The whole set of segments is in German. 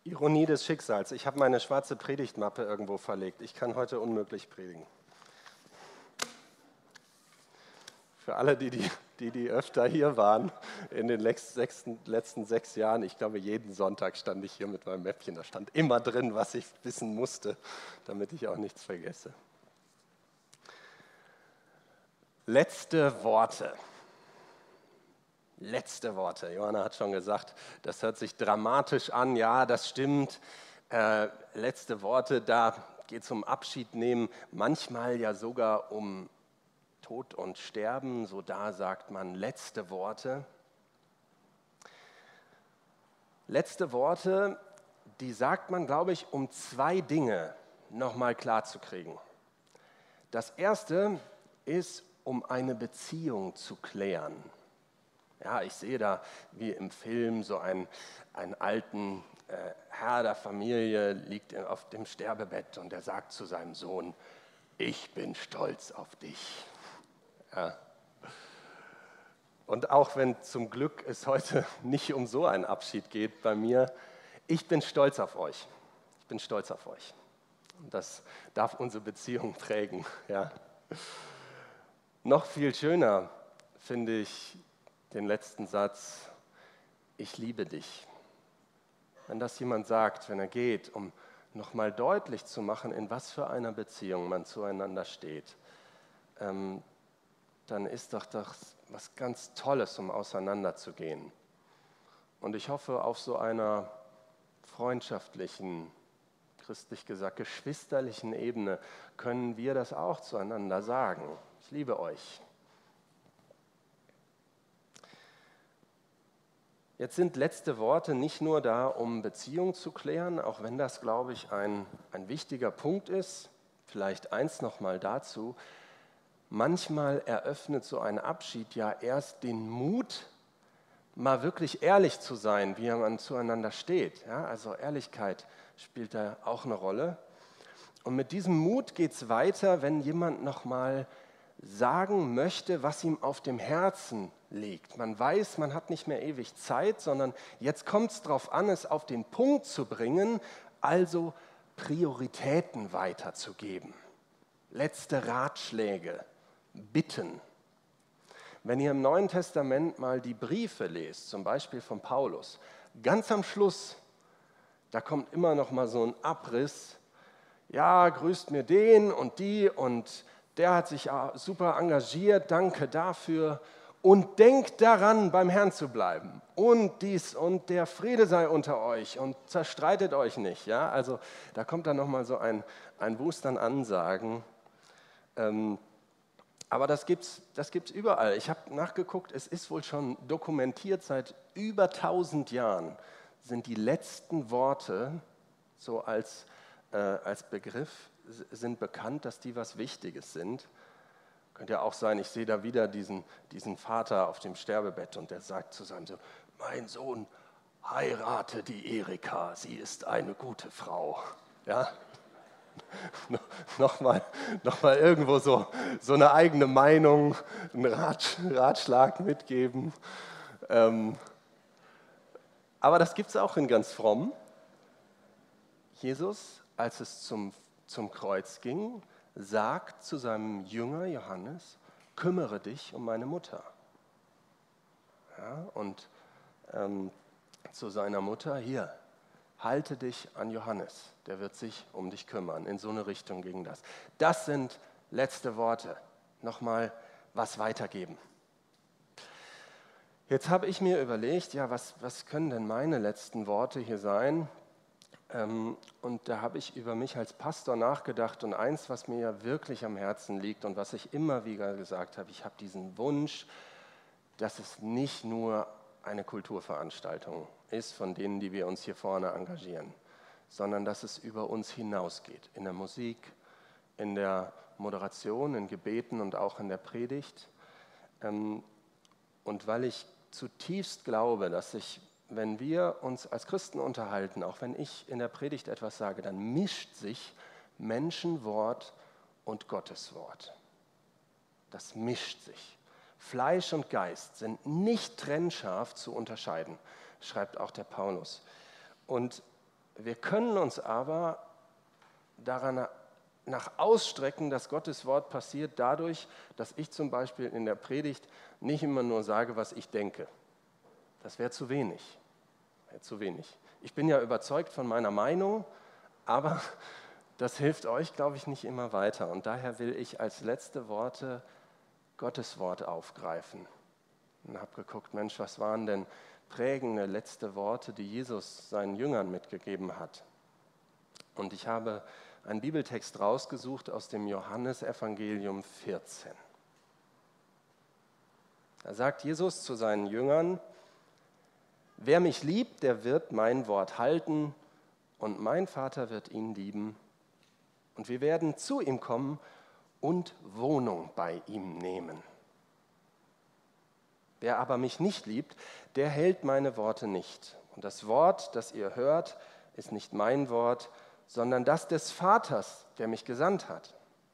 Ironie des Schicksals. Ich habe meine schwarze Predigtmappe irgendwo verlegt. Ich kann heute unmöglich predigen. Für alle, die öfter hier waren, in den letzten 6 Jahren, ich glaube, jeden Sonntag stand ich hier mit meinem Mäppchen. Da stand immer drin, was ich wissen musste, damit ich auch nichts vergesse. Letzte Worte. Letzte Worte. Johanna hat schon gesagt, das hört sich dramatisch an. Ja, das stimmt. Letzte Worte, da geht es um Abschied nehmen, manchmal ja sogar um Tod und Sterben. So da sagt man letzte Worte. Letzte Worte, die sagt man, glaube ich, um 2 Dinge nochmal klarzukriegen. Das erste ist, um eine Beziehung zu klären. Ja, ich sehe da wie im Film so einen alten Herr der Familie liegt auf dem Sterbebett und er sagt zu seinem Sohn, ich bin stolz auf dich. Ja. Und auch wenn zum Glück es heute nicht um so einen Abschied geht bei mir, ich bin stolz auf euch. Ich bin stolz auf euch. Und das darf unsere Beziehung prägen. Ja. Noch viel schöner finde ich den letzten Satz, ich liebe dich. Wenn das jemand sagt, wenn er geht, um nochmal deutlich zu machen, in was für einer Beziehung man zueinander steht, dann ist doch was ganz Tolles, um auseinanderzugehen. Und ich hoffe, auf so einer freundschaftlichen, christlich gesagt, geschwisterlichen Ebene können wir das auch zueinander sagen. Ich liebe euch. Jetzt sind letzte Worte nicht nur da, um Beziehungen zu klären, auch wenn das, glaube ich, ein wichtiger Punkt ist. Vielleicht eins nochmal dazu. Manchmal eröffnet so ein Abschied ja erst den Mut, mal wirklich ehrlich zu sein, wie man zueinander steht. Ja, also Ehrlichkeit spielt da auch eine Rolle. Und mit diesem Mut geht es weiter, wenn jemand nochmal sagen möchte, was ihm auf dem Herzen liegt. Man weiß, man hat nicht mehr ewig Zeit, sondern jetzt kommt es darauf an, es auf den Punkt zu bringen, also Prioritäten weiterzugeben. Letzte Ratschläge, Bitten. Wenn ihr im Neuen Testament mal die Briefe lest, zum Beispiel von Paulus, ganz am Schluss, da kommt immer noch mal so ein Abriss. Ja, grüßt mir den und die und der hat sich super engagiert, danke dafür. Und denkt daran, beim Herrn zu bleiben. Und dies und der Friede sei unter euch und zerstreitet euch nicht. Ja? Also da kommt dann nochmal so ein Wust an Ansagen. Aber das gibt's überall. Ich habe nachgeguckt, es ist wohl schon dokumentiert, seit über 1000 Jahren sind die letzten Worte so als Begriff sind bekannt, dass die was Wichtiges sind. Könnte ja auch sein, ich sehe da wieder diesen Vater auf dem Sterbebett und der sagt zu seinem Sohn, mein Sohn, heirate die Erika, sie ist eine gute Frau. Ja? Nochmal irgendwo so eine eigene Meinung, einen Ratschlag mitgeben. Aber das gibt es auch in ganz fromm. Jesus, als es zum Kreuz ging, sagt zu seinem Jünger Johannes, kümmere dich um meine Mutter. Ja, und zu seiner Mutter, hier, halte dich an Johannes, der wird sich um dich kümmern. In so eine Richtung ging das. Das sind letzte Worte. Nochmal was weitergeben. Jetzt habe ich mir überlegt, ja, was können denn meine letzten Worte hier sein? Und da habe ich über mich als Pastor nachgedacht und eins, was mir ja wirklich am Herzen liegt und was ich immer wieder gesagt habe, ich habe diesen Wunsch, dass es nicht nur eine Kulturveranstaltung ist, von denen, die wir uns hier vorne engagieren, sondern dass es über uns hinausgeht, in der Musik, in der Moderation, in Gebeten und auch in der Predigt. Und weil ich zutiefst glaube, dass wenn wir uns als Christen unterhalten, auch wenn ich in der Predigt etwas sage, dann mischt sich Menschenwort und Gotteswort. Das mischt sich. Fleisch und Geist sind nicht trennscharf zu unterscheiden, schreibt auch der Paulus. Und Wir können uns aber daran nach ausstrecken, dass Gottes Wort passiert dadurch, dass ich zum Beispiel in der Predigt nicht immer nur sage, was ich denke. Das wäre zu wenig. Ich bin ja überzeugt von meiner Meinung, aber das hilft euch, glaube ich, nicht immer weiter. Und daher will ich als letzte Worte Gottes Wort aufgreifen. Und habe geguckt, Mensch, was waren denn prägende letzte Worte, die Jesus seinen Jüngern mitgegeben hat? Und ich habe einen Bibeltext rausgesucht aus dem Johannesevangelium 14. Da sagt Jesus zu seinen Jüngern: Wer mich liebt, der wird mein Wort halten und mein Vater wird ihn lieben. Und wir werden zu ihm kommen und Wohnung bei ihm nehmen. Wer aber mich nicht liebt, der hält meine Worte nicht. Und das Wort, das ihr hört, ist nicht mein Wort, sondern das des Vaters, der mich gesandt hat.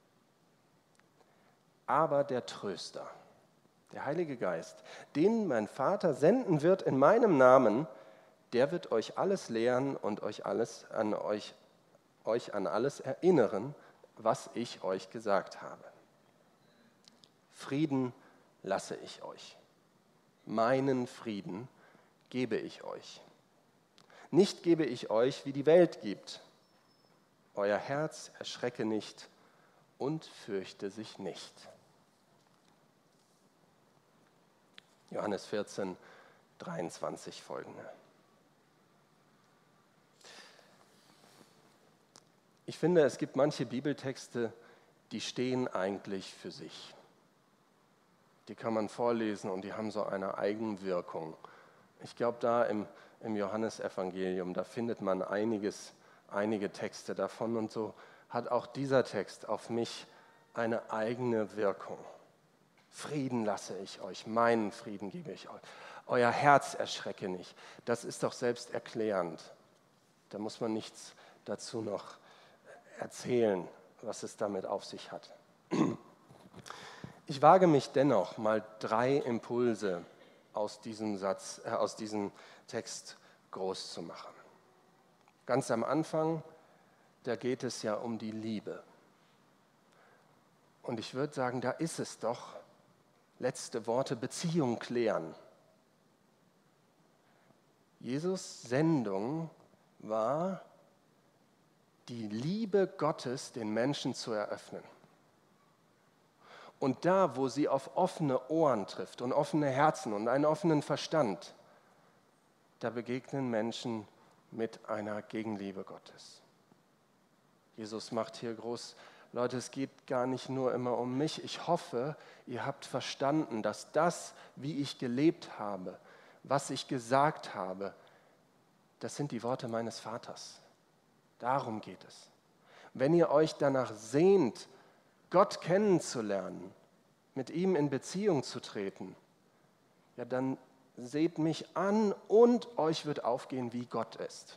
Aber der Tröster, der Heilige Geist, den mein Vater senden wird in meinem Namen, der wird euch alles lehren und euch an alles erinnern, was ich euch gesagt habe. Frieden lasse ich euch. Meinen Frieden gebe ich euch. Nicht gebe ich euch, wie die Welt gibt. Euer Herz erschrecke nicht und fürchte sich nicht. Johannes 14, 23 folgende. Ich finde, es gibt manche Bibeltexte, die stehen eigentlich für sich. Die kann man vorlesen und die haben so eine Eigenwirkung. Ich glaube, da im Johannesevangelium, da findet man einige Texte davon und so hat auch dieser Text auf mich eine eigene Wirkung. Frieden lasse ich euch, meinen Frieden gebe ich euch. Euer Herz erschrecke nicht. Das ist doch selbsterklärend. Da muss man nichts dazu noch erzählen, was es damit auf sich hat. Ich wage mich dennoch mal 3 Impulse aus diesem Text groß zu machen. Ganz am Anfang, da geht es ja um die Liebe. Und ich würde sagen, da ist es doch, letzte Worte, Beziehung klären. Jesus' Sendung war, die Liebe Gottes den Menschen zu eröffnen. Und da, wo sie auf offene Ohren trifft und offene Herzen und einen offenen Verstand, da begegnen Menschen mit einer Gegenliebe Gottes. Jesus macht hier groß, Leute, es geht gar nicht nur immer um mich. Ich hoffe, ihr habt verstanden, dass das, wie ich gelebt habe, was ich gesagt habe, das sind die Worte meines Vaters. Darum geht es. Wenn ihr euch danach sehnt, Gott kennenzulernen, mit ihm in Beziehung zu treten, ja, dann seht mich an und euch wird aufgehen, wie Gott ist.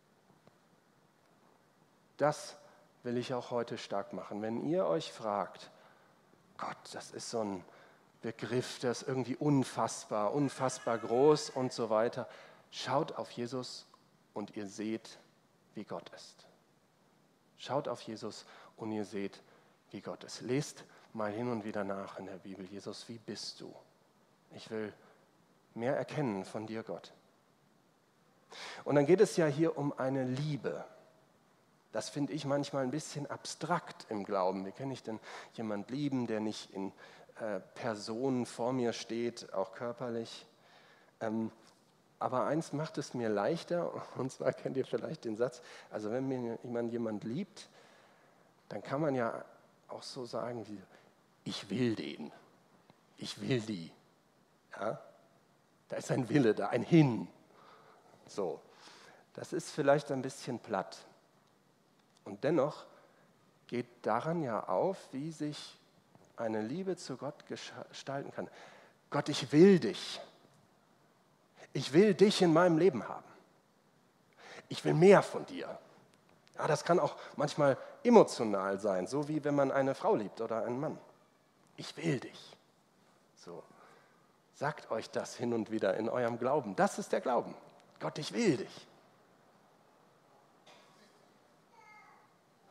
Das will ich auch heute stark machen. Wenn ihr euch fragt, Gott, das ist so ein Begriff, der ist irgendwie unfassbar groß und so weiter, schaut auf Jesus und ihr seht, wie Gott ist. Schaut auf Jesus und ihr seht, wie Gott ist. Lest mal hin und wieder nach in der Bibel. Jesus, wie bist du? Ich will mehr erkennen von dir, Gott. Und dann geht es ja hier um eine Liebe. Das finde ich manchmal ein bisschen abstrakt im Glauben. Wie kann ich denn jemanden lieben, der nicht in Person vor mir steht, auch körperlich? Aber eins macht es mir leichter, und zwar kennt ihr vielleicht den Satz, also wenn mir jemand liebt, dann kann man ja auch so sagen, wie, ich will den, ich will die. Ja? Da ist ein Wille, da ein Hin. So, das ist vielleicht ein bisschen platt. Und dennoch geht daran ja auf, wie sich eine Liebe zu Gott gestalten kann. Gott, ich will dich. Ich will dich in meinem Leben haben. Ich will mehr von dir. Ja, das kann auch manchmal emotional sein, so wie wenn man eine Frau liebt oder einen Mann. Ich will dich. So, sagt euch das hin und wieder in eurem Glauben. Das ist der Glauben. Gott, ich will dich.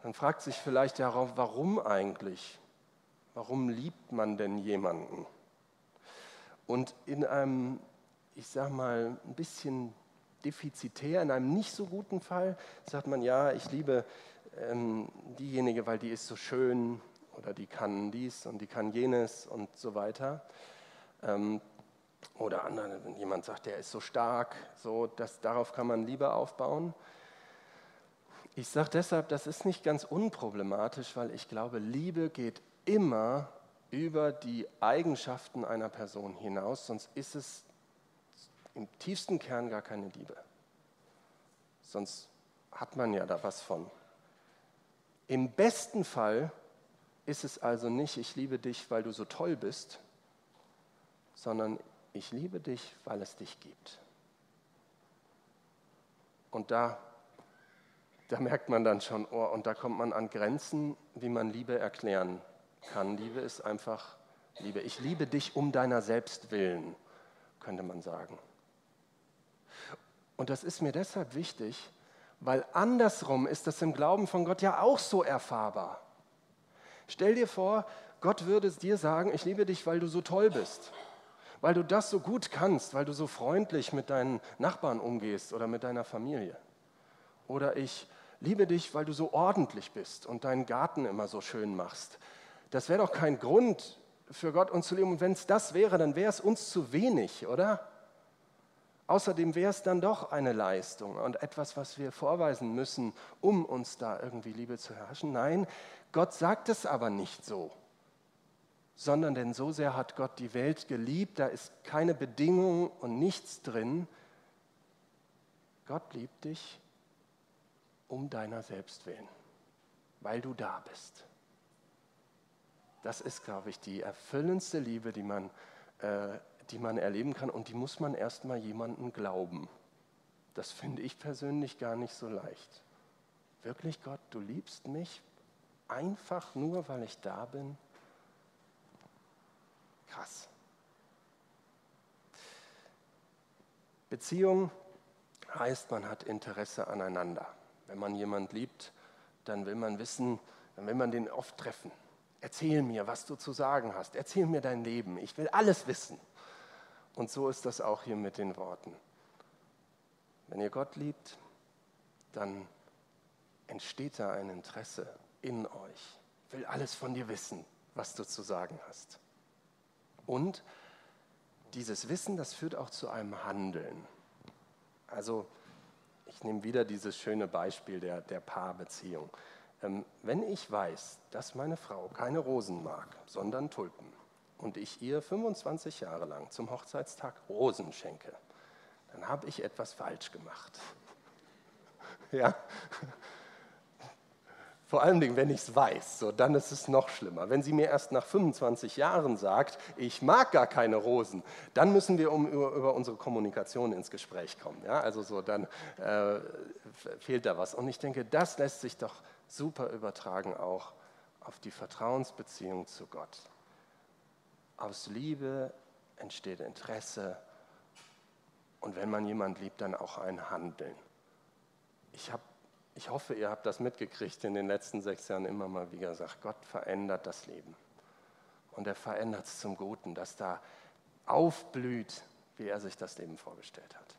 Man fragt sich vielleicht, ja, warum eigentlich? Warum liebt man denn jemanden? Und in einem, ich sag mal, ein bisschen defizitär, in einem nicht so guten Fall, sagt man, ja, ich liebe diejenige, weil die ist so schön oder die kann dies und die kann jenes und so weiter. Oder andere, wenn jemand sagt, der ist so stark, so, darauf kann man Liebe aufbauen. Ich sage deshalb, das ist nicht ganz unproblematisch, weil ich glaube, Liebe geht immer über die Eigenschaften einer Person hinaus, sonst ist es im tiefsten Kern gar keine Liebe. Sonst hat man ja da was von. Im besten Fall ist es also nicht, ich liebe dich, weil du so toll bist, sondern ich liebe dich, weil es dich gibt. Und da merkt man dann schon, oh, und da kommt man an Grenzen, wie man Liebe erklären kann. Liebe ist einfach Liebe. Ich liebe dich um deiner selbst willen, könnte man sagen. Und das ist mir deshalb wichtig, weil andersrum ist das im Glauben von Gott ja auch so erfahrbar. Stell dir vor, Gott würde dir sagen, ich liebe dich, weil du so toll bist, weil du das so gut kannst, weil du so freundlich mit deinen Nachbarn umgehst oder mit deiner Familie. Oder ich liebe dich, weil du so ordentlich bist und deinen Garten immer so schön machst. Das wäre doch kein Grund für Gott, uns zu lieben. Und wenn es das wäre, dann wäre es uns zu wenig, oder? Außerdem wäre es dann doch eine Leistung und etwas, was wir vorweisen müssen, um uns da irgendwie Liebe zu herrschen. Nein, Gott sagt es aber nicht so, sondern denn so sehr hat Gott die Welt geliebt, da ist keine Bedingung und nichts drin. Gott liebt dich um deiner selbst willen, weil du da bist. Das ist, glaube ich, die erfüllendste Liebe, die man erleben kann, und die muss man erstmal jemandem glauben. Das finde ich persönlich gar nicht so leicht. Wirklich, Gott, du liebst mich einfach nur, weil ich da bin? Krass. Beziehung heißt, man hat Interesse aneinander. Wenn man jemanden liebt, dann will man wissen, dann will man den oft treffen. Erzähl mir, was du zu sagen hast. Erzähl mir dein Leben. Ich will alles wissen. Und so ist das auch hier mit den Worten. Wenn ihr Gott liebt, dann entsteht da ein Interesse in euch. Ich will alles von dir wissen, was du zu sagen hast. Und dieses Wissen, das führt auch zu einem Handeln. Also ich nehme wieder dieses schöne Beispiel der Paarbeziehung. Wenn ich weiß, dass meine Frau keine Rosen mag, sondern Tulpen, und ich ihr 25 Jahre lang zum Hochzeitstag Rosen schenke, dann habe ich etwas falsch gemacht. Ja? Vor allen Dingen, wenn ich es weiß, so, dann ist es noch schlimmer. Wenn sie mir erst nach 25 Jahren sagt, ich mag gar keine Rosen, dann müssen wir über unsere Kommunikation ins Gespräch kommen. Ja? Also so, dann fehlt da was. Und ich denke, das lässt sich doch super übertragen auch auf die Vertrauensbeziehung zu Gott. Aus Liebe entsteht Interesse, und wenn man jemanden liebt, dann auch ein Handeln. Ich hoffe, ihr habt das mitgekriegt in den letzten 6 Jahren immer mal wieder gesagt, Gott verändert das Leben. Und er verändert es zum Guten, dass da aufblüht, wie er sich das Leben vorgestellt hat.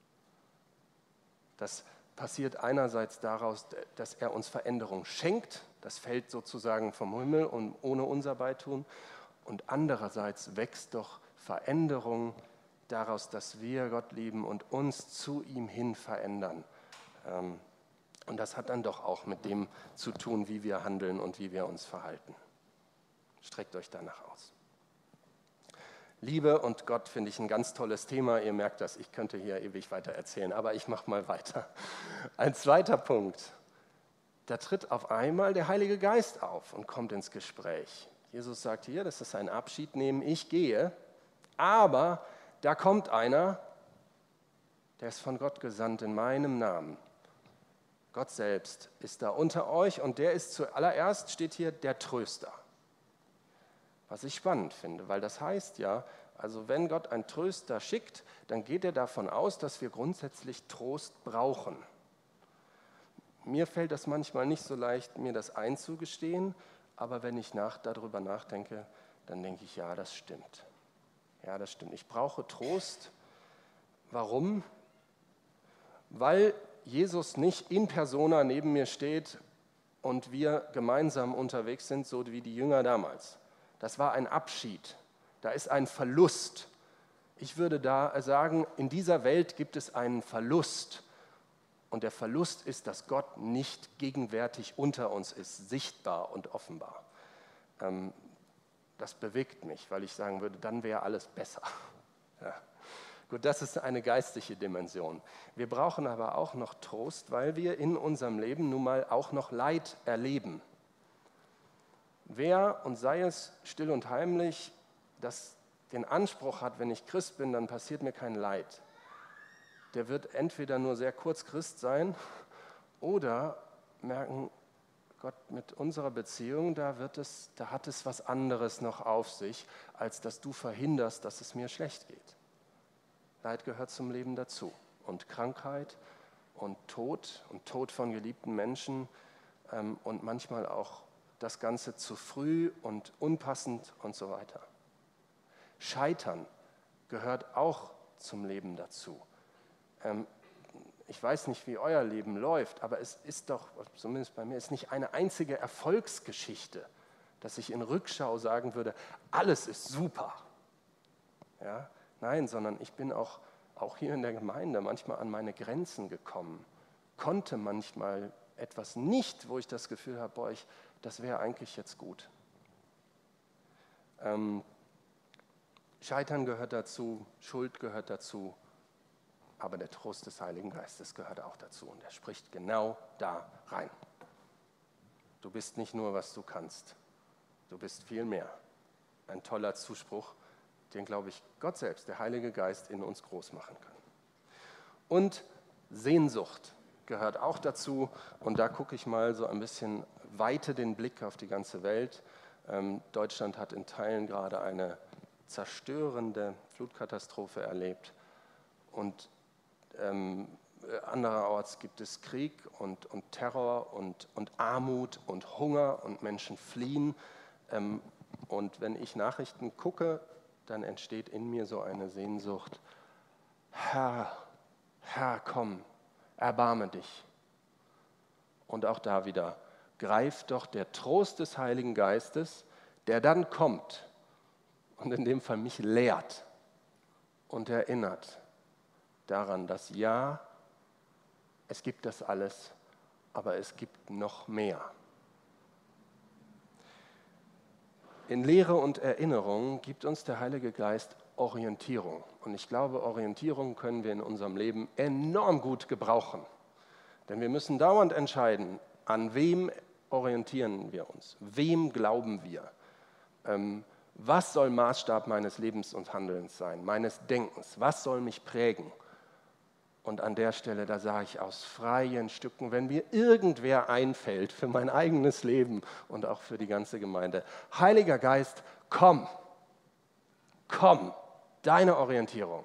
Das passiert einerseits daraus, dass er uns Veränderung schenkt, das fällt sozusagen vom Himmel und ohne unser Beitun. Und andererseits wächst doch Veränderung daraus, dass wir Gott lieben und uns zu ihm hin verändern. Und das hat dann doch auch mit dem zu tun, wie wir handeln und wie wir uns verhalten. Streckt euch danach aus. Liebe und Gott finde ich ein ganz tolles Thema. Ihr merkt das, ich könnte hier ewig weiter erzählen, aber ich mache mal weiter. Ein zweiter Punkt. Da tritt auf einmal der Heilige Geist auf und kommt ins Gespräch. Jesus sagt hier, das ist ein Abschied nehmen, ich gehe, aber da kommt einer, der ist von Gott gesandt in meinem Namen. Gott selbst ist da unter euch, und der ist zuallererst, steht hier, der Tröster. Was ich spannend finde, weil das heißt ja, also wenn Gott einen Tröster schickt, dann geht er davon aus, dass wir grundsätzlich Trost brauchen. Mir fällt das manchmal nicht so leicht, mir das einzugestehen, aber wenn ich darüber nachdenke, dann denke ich, ja, das stimmt. Ja, das stimmt. Ich brauche Trost. Warum? Weil Jesus nicht in persona neben mir steht und wir gemeinsam unterwegs sind, so wie die Jünger damals. Das war ein Abschied. Da ist ein Verlust. Ich würde da sagen, in dieser Welt gibt es einen Verlust. Und der Verlust ist, dass Gott nicht gegenwärtig unter uns ist, sichtbar und offenbar. Das bewegt mich, weil ich sagen würde, dann wäre alles besser. Ja. Gut, das ist eine geistliche Dimension. Wir brauchen aber auch noch Trost, weil wir in unserem Leben nun mal auch noch Leid erleben. Wer, und sei es still und heimlich, das den Anspruch hat, wenn ich Christ bin, dann passiert mir kein Leid, der wird entweder nur sehr kurz Christ sein oder merken, Gott, mit unserer Beziehung, da hat es was anderes noch auf sich, als dass du verhinderst, dass es mir schlecht geht. Leid gehört zum Leben dazu. Und Krankheit und Tod von geliebten Menschen und manchmal auch das Ganze zu früh und unpassend und so weiter. Scheitern gehört auch zum Leben dazu. Ich weiß nicht, wie euer Leben läuft, aber es ist doch, zumindest bei mir, ist nicht eine einzige Erfolgsgeschichte, dass ich in Rückschau sagen würde, alles ist super. Ja? Nein, sondern ich bin auch hier in der Gemeinde manchmal an meine Grenzen gekommen, konnte manchmal etwas nicht, wo ich das Gefühl habe, das wäre eigentlich jetzt gut. Scheitern gehört dazu, Schuld gehört dazu, aber der Trost des Heiligen Geistes gehört auch dazu und er spricht genau da rein. Du bist nicht nur, was du kannst, du bist viel mehr. Ein toller Zuspruch, den, glaube ich, Gott selbst, der Heilige Geist, in uns groß machen kann. Und Sehnsucht gehört auch dazu und da gucke ich mal so ein bisschen weite den Blick auf die ganze Welt. Deutschland hat in Teilen gerade eine zerstörende Flutkatastrophe erlebt und andererorts gibt es Krieg und Terror und Armut und Hunger und Menschen fliehen. Und wenn ich Nachrichten gucke, dann entsteht in mir so eine Sehnsucht. Herr, komm, erbarme dich. Und auch da wieder, greift doch der Trost des Heiligen Geistes, der dann kommt und in dem Fall mich lehrt und erinnert daran, dass ja, es gibt das alles, aber es gibt noch mehr. In Lehre und Erinnerung gibt uns der Heilige Geist Orientierung. Und ich glaube, Orientierung können wir in unserem Leben enorm gut gebrauchen. Denn wir müssen dauernd entscheiden, an wem orientieren wir uns, wem glauben wir. Was soll Maßstab meines Lebens und Handelns sein, meines Denkens? Was soll mich prägen? Und an der Stelle, da sage ich aus freien Stücken, wenn mir irgendwer einfällt für mein eigenes Leben und auch für die ganze Gemeinde, Heiliger Geist, komm, deine Orientierung,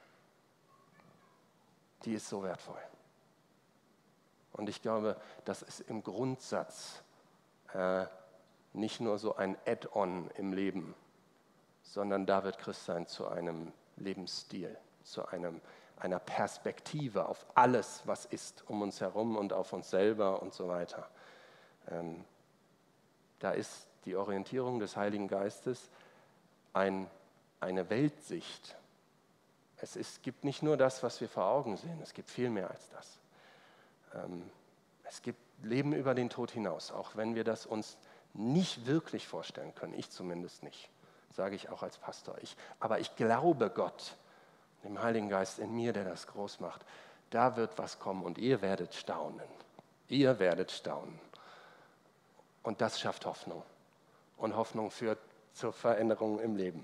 die ist so wertvoll. Und ich glaube, das ist im Grundsatz nicht nur so ein Add-on im Leben, sondern da wird Christsein zu einem Lebensstil, zu einer Perspektive auf alles, was ist um uns herum und auf uns selber und so weiter. Da ist die Orientierung des Heiligen Geistes eine Weltsicht. Es gibt nicht nur das, was wir vor Augen sehen, es gibt viel mehr als das. Es gibt Leben über den Tod hinaus, auch wenn wir das uns nicht wirklich vorstellen können, ich zumindest nicht, sage ich auch als Pastor. Aber ich glaube Gott, dem Heiligen Geist in mir, der das groß macht, da wird was kommen und ihr werdet staunen. Ihr werdet staunen. Und das schafft Hoffnung. Und Hoffnung führt zur Veränderung im Leben.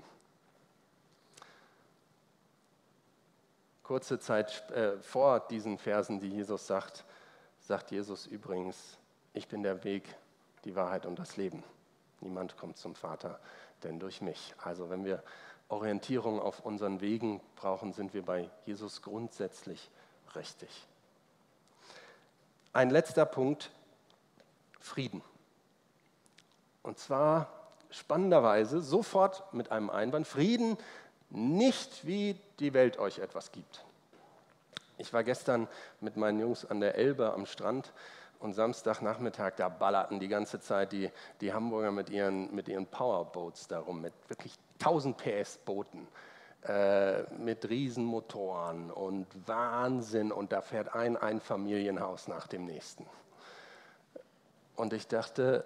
Kurze Zeit vor diesen Versen, die Jesus sagt Jesus übrigens, ich bin der Weg, die Wahrheit und das Leben. Niemand kommt zum Vater, denn durch mich. Also wenn wir Orientierung auf unseren Wegen brauchen, sind wir bei Jesus grundsätzlich richtig. ein letzter Punkt, Frieden. Und zwar spannenderweise sofort mit einem Einwand, Frieden nicht wie die Welt euch etwas gibt. Ich war gestern mit meinen Jungs an der Elbe am Strand und Samstagnachmittag, da ballerten die ganze Zeit die Hamburger mit ihren Powerboats darum, mit wirklich 1000 PS Booten, mit Riesenmotoren und Wahnsinn, und da fährt ein Einfamilienhaus nach dem nächsten. Und ich dachte,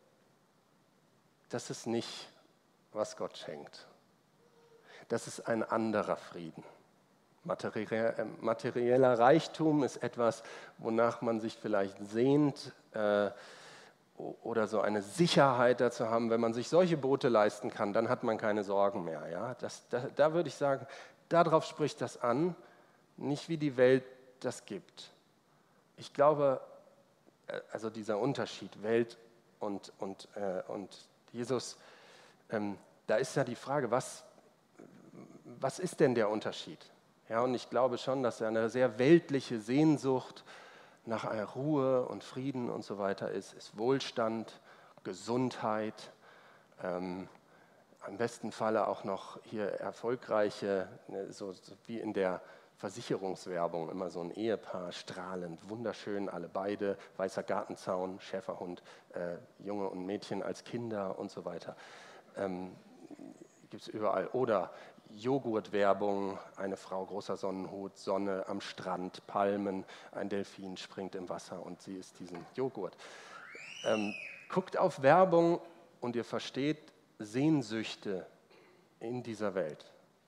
das ist nicht, was Gott schenkt. Das ist ein anderer Frieden. Materieller Reichtum ist etwas, wonach man sich vielleicht sehnt, oder so eine Sicherheit dazu haben. Wenn man sich solche Boote leisten kann, dann hat man keine Sorgen mehr. Ja? Da würde ich sagen, darauf spricht das an, nicht wie die Welt das gibt. Ich glaube, also dieser Unterschied, Welt und Jesus, da ist ja die Frage, was ist denn der Unterschied? Ja, und ich glaube schon, dass er eine sehr weltliche Sehnsucht nach einer Ruhe und Frieden und so weiter ist Wohlstand, Gesundheit, im besten Falle auch noch hier erfolgreiche, so wie in der Versicherungswerbung, immer so ein Ehepaar, strahlend, wunderschön, alle beide, weißer Gartenzaun, Schäferhund, Junge und Mädchen als Kinder und so weiter. Gibt es überall. Oder Joghurtwerbung, eine Frau, großer Sonnenhut, Sonne am Strand, Palmen, ein Delfin springt im Wasser und sie isst diesen Joghurt. Guckt auf Werbung und ihr versteht Sehnsüchte in dieser Welt.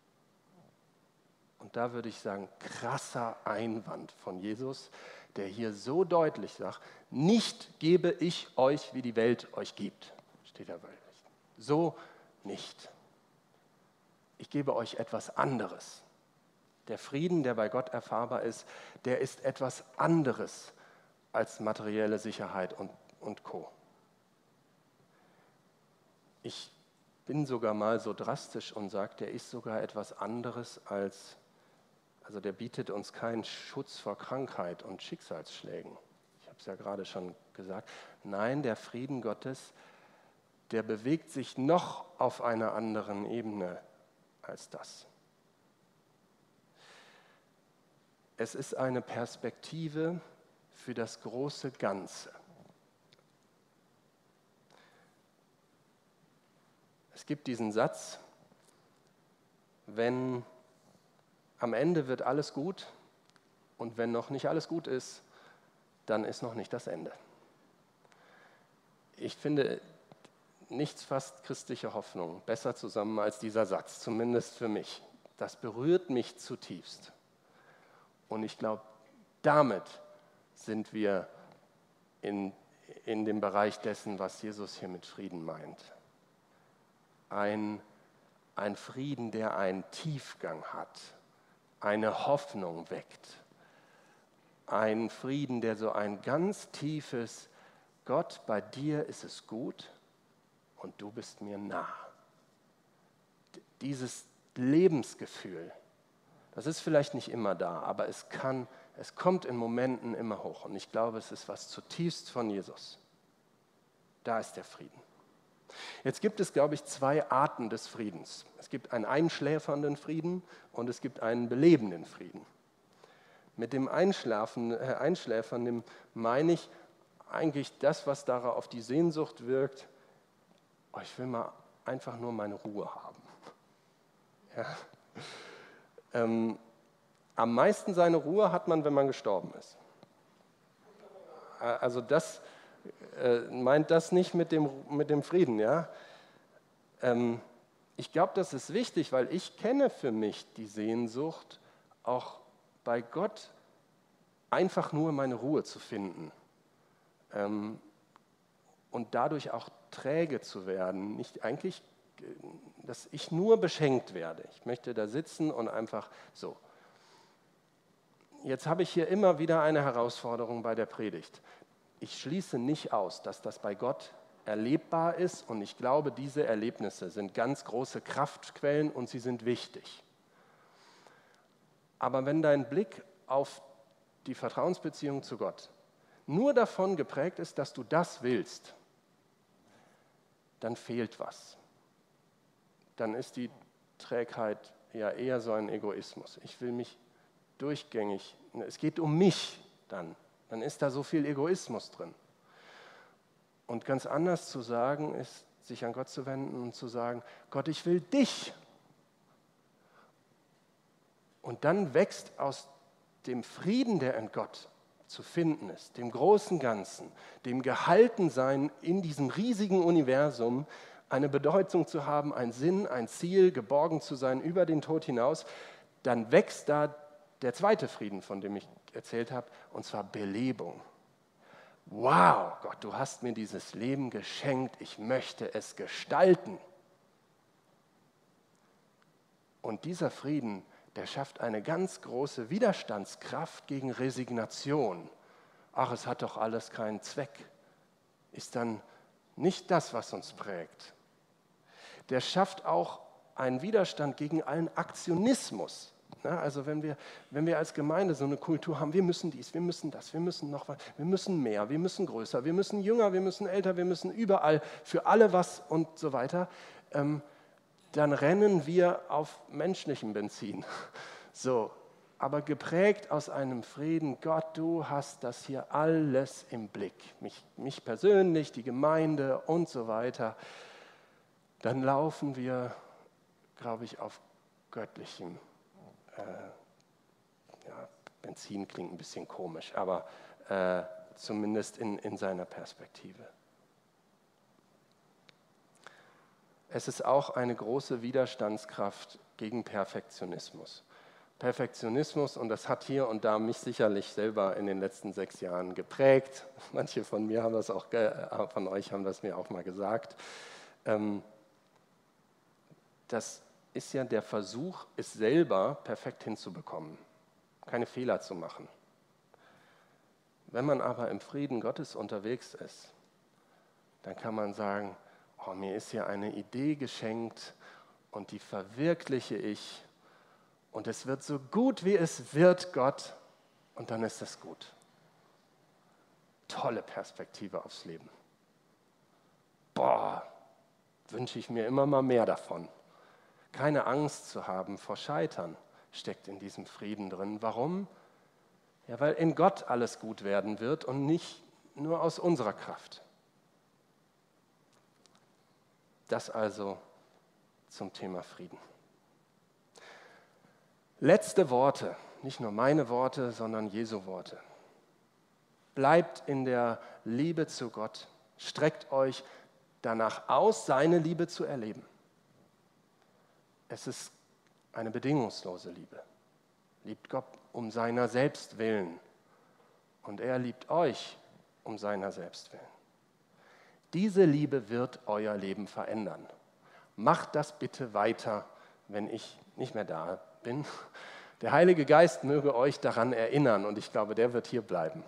Und da würde ich sagen, krasser Einwand von Jesus, der hier so deutlich sagt, nicht gebe ich euch, wie die Welt euch gibt. Steht da wörtlich. So nicht. Ich gebe euch etwas anderes. Der Frieden, der bei Gott erfahrbar ist, der ist etwas anderes als materielle Sicherheit und Co. Ich bin sogar mal so drastisch und sage, der ist sogar etwas anderes als, also der bietet uns keinen Schutz vor Krankheit und Schicksalsschlägen. Ich habe es ja gerade schon gesagt. Nein, der Frieden Gottes, der bewegt sich noch auf einer anderen Ebene als das. Es ist eine Perspektive für das große Ganze. Es gibt diesen Satz, wenn am Ende wird alles gut und wenn noch nicht alles gut ist, dann ist noch nicht das Ende. Ich finde, nichts fasst christliche Hoffnung besser zusammen als dieser Satz, zumindest für mich. Das berührt mich zutiefst. Und ich glaube, damit sind wir in dem Bereich dessen, was Jesus hier mit Frieden meint. Ein Frieden, der einen Tiefgang hat, eine Hoffnung weckt. Ein Frieden, der so ein ganz tiefes, Gott, bei dir ist es gut und du bist mir nah. Dieses Lebensgefühl, das ist vielleicht nicht immer da, aber es kommt in Momenten immer hoch. Und ich glaube, es ist was zutiefst von Jesus. Da ist der Frieden. Jetzt gibt es, glaube ich, zwei Arten des Friedens. Es gibt einen einschläfernden Frieden und es gibt einen belebenden Frieden. Mit dem Einschläfernden meine ich eigentlich das, was darauf auf die Sehnsucht wirkt, ich will mal einfach nur meine Ruhe haben. Ja. Am meisten seine Ruhe hat man, wenn man gestorben ist. Also das meint das nicht mit dem Frieden. Ja? Ich glaube, das ist wichtig, weil ich kenne für mich die Sehnsucht, auch bei Gott einfach nur meine Ruhe zu finden. Und dadurch auch träge zu werden. Nicht eigentlich, dass ich nur beschenkt werde. Ich möchte da sitzen und einfach so. Jetzt habe ich hier immer wieder eine Herausforderung bei der Predigt. Ich schließe nicht aus, dass das bei Gott erlebbar ist und ich glaube, diese Erlebnisse sind ganz große Kraftquellen und sie sind wichtig. Aber wenn dein Blick auf die Vertrauensbeziehung zu Gott nur davon geprägt ist, dass du das willst, dann fehlt was. Dann ist die Trägheit ja eher so ein Egoismus. Ich will mich durchgängig, es geht um mich dann ist da so viel Egoismus drin. Und ganz anders zu sagen ist, sich an Gott zu wenden und zu sagen, Gott, ich will dich. Und dann wächst aus dem Frieden, der in Gott zu finden ist, dem großen Ganzen, dem Gehaltensein in diesem riesigen Universum, eine Bedeutung zu haben, einen Sinn, ein Ziel, geborgen zu sein über den Tod hinaus, dann wächst da der zweite Frieden, von dem ich erzählt habe, und zwar Belebung. Wow, Gott, du hast mir dieses Leben geschenkt, ich möchte es gestalten. Und dieser Frieden, der schafft eine ganz große Widerstandskraft gegen Resignation. Ach, es hat doch alles keinen Zweck. Ist dann nicht das, was uns prägt. Der schafft auch einen Widerstand gegen allen Aktionismus. Also wenn wir als Gemeinde so eine Kultur haben, wir müssen dies, wir müssen das, wir müssen noch was, wir müssen mehr, wir müssen größer, wir müssen jünger, wir müssen älter, wir müssen überall für alle was und so weiter, dann rennen wir auf menschlichem Benzin. So, aber geprägt aus einem Frieden, Gott, du hast das hier alles im Blick, mich persönlich, die Gemeinde und so weiter, dann laufen wir, glaube ich, auf göttlichem Benzin klingt ein bisschen komisch, aber zumindest in seiner Perspektive. Es ist auch eine große Widerstandskraft gegen Perfektionismus. Perfektionismus, und das hat hier und da mich sicherlich selber in den letzten 6 Jahren geprägt. Manche von mir haben das auch, von euch haben das mir auch mal gesagt. Das ist ja der Versuch, es selber perfekt hinzubekommen, keine Fehler zu machen. Wenn man aber im Frieden Gottes unterwegs ist, dann kann man sagen, oh, mir ist hier eine Idee geschenkt und die verwirkliche ich und es wird so gut, wie es wird, Gott, und dann ist es gut. Tolle Perspektive aufs Leben. Boah, wünsche ich mir immer mal mehr davon. Keine Angst zu haben vor Scheitern steckt in diesem Frieden drin. Warum? Ja, weil in Gott alles gut werden wird und nicht nur aus unserer Kraft. Das also zum Thema Frieden. Letzte Worte, nicht nur meine Worte, sondern Jesu Worte. Bleibt in der Liebe zu Gott, streckt euch danach aus, seine Liebe zu erleben. Es ist eine bedingungslose Liebe. Liebt Gott um seiner selbst willen und er liebt euch um seiner selbst willen. Diese Liebe wird euer Leben verändern. Macht das bitte weiter, wenn ich nicht mehr da bin. Der Heilige Geist möge euch daran erinnern und ich glaube, der wird hier bleiben.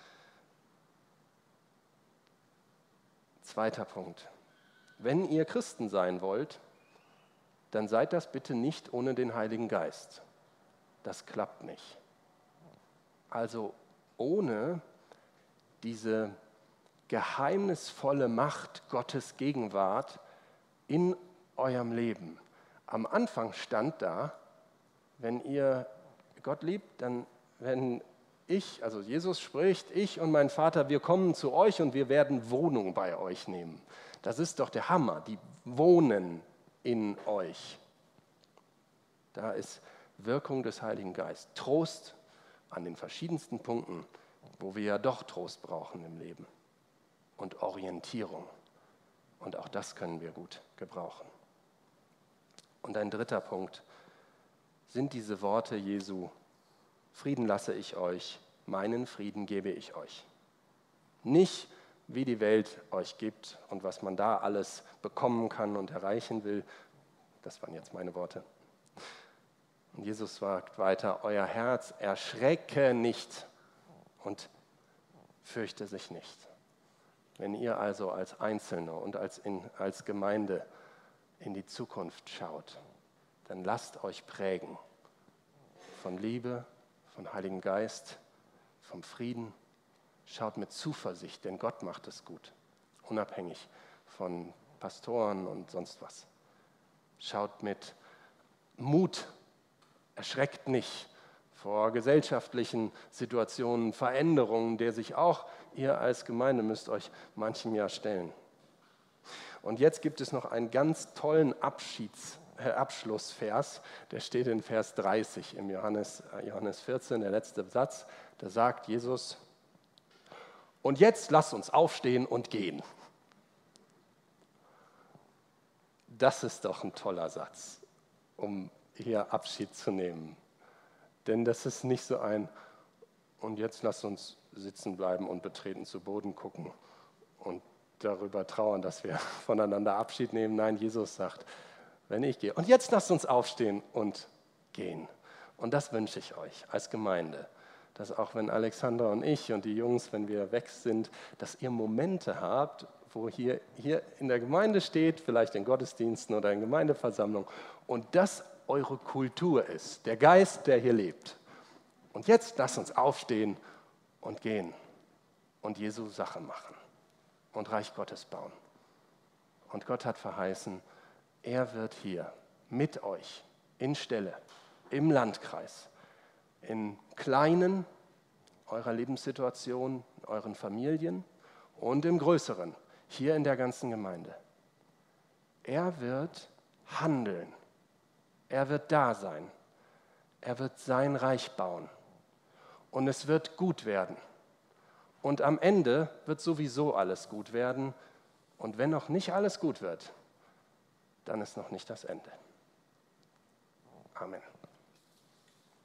Zweiter Punkt. Wenn ihr Christen sein wollt, dann seid das bitte nicht ohne den Heiligen Geist. Das klappt nicht. Also ohne diese geheimnisvolle Macht Gottes Gegenwart in eurem Leben. Am Anfang stand da, wenn ihr Gott liebt, dann wenn also Jesus spricht, ich und mein Vater, wir kommen zu euch und wir werden Wohnung bei euch nehmen. Das ist doch der Hammer, die wohnen in euch. Da ist Wirkung des Heiligen Geistes. Trost an den verschiedensten Punkten, wo wir ja doch Trost brauchen im Leben. Und Orientierung. Und auch das können wir gut gebrauchen. Und ein dritter Punkt sind diese Worte Jesu: Frieden lasse ich euch, meinen Frieden gebe ich euch. Nicht wie die Welt euch gibt und was man da alles bekommen kann und erreichen will. Das waren jetzt meine Worte. Und Jesus sagt weiter, euer Herz erschrecke nicht und fürchte sich nicht. Wenn ihr also als Einzelne und als Gemeinde in die Zukunft schaut, dann lasst euch prägen von Liebe, vom Heiligen Geist, vom Frieden Schaut mit Zuversicht, denn Gott macht es gut, unabhängig von Pastoren und sonst was. Schaut mit Mut, erschreckt nicht vor gesellschaftlichen Situationen, Veränderungen, der sich auch ihr als Gemeinde müsst euch manchem Jahr stellen. Und jetzt gibt es noch einen ganz tollen Abschlussvers, der steht in Vers 30 im Johannes 14, der letzte Satz. Da sagt Jesus: Und jetzt lasst uns aufstehen und gehen. Das ist doch ein toller Satz, um hier Abschied zu nehmen. Denn das ist nicht so ein, und jetzt lasst uns sitzen bleiben und betreten zu Boden gucken und darüber trauern, dass wir voneinander Abschied nehmen. Nein, Jesus sagt, wenn ich gehe, und jetzt lasst uns aufstehen und gehen. Und das wünsche ich euch als Gemeinde, dass auch wenn Alexandra und ich und die Jungs, wenn wir weg sind, dass ihr Momente habt, wo hier in der Gemeinde steht, vielleicht in Gottesdiensten oder in Gemeindeversammlungen, und das eure Kultur ist, der Geist, der hier lebt. Und jetzt lasst uns aufstehen und gehen und Jesu Sache machen und Reich Gottes bauen. Und Gott hat verheißen, er wird hier mit euch in Stelle, im Landkreis, in kleinen eurer Lebenssituation, in euren Familien und im größeren, hier in der ganzen Gemeinde. Er wird handeln. Er wird da sein. Er wird sein Reich bauen. Und es wird gut werden. Und am Ende wird sowieso alles gut werden. Und wenn noch nicht alles gut wird, dann ist noch nicht das Ende. Amen.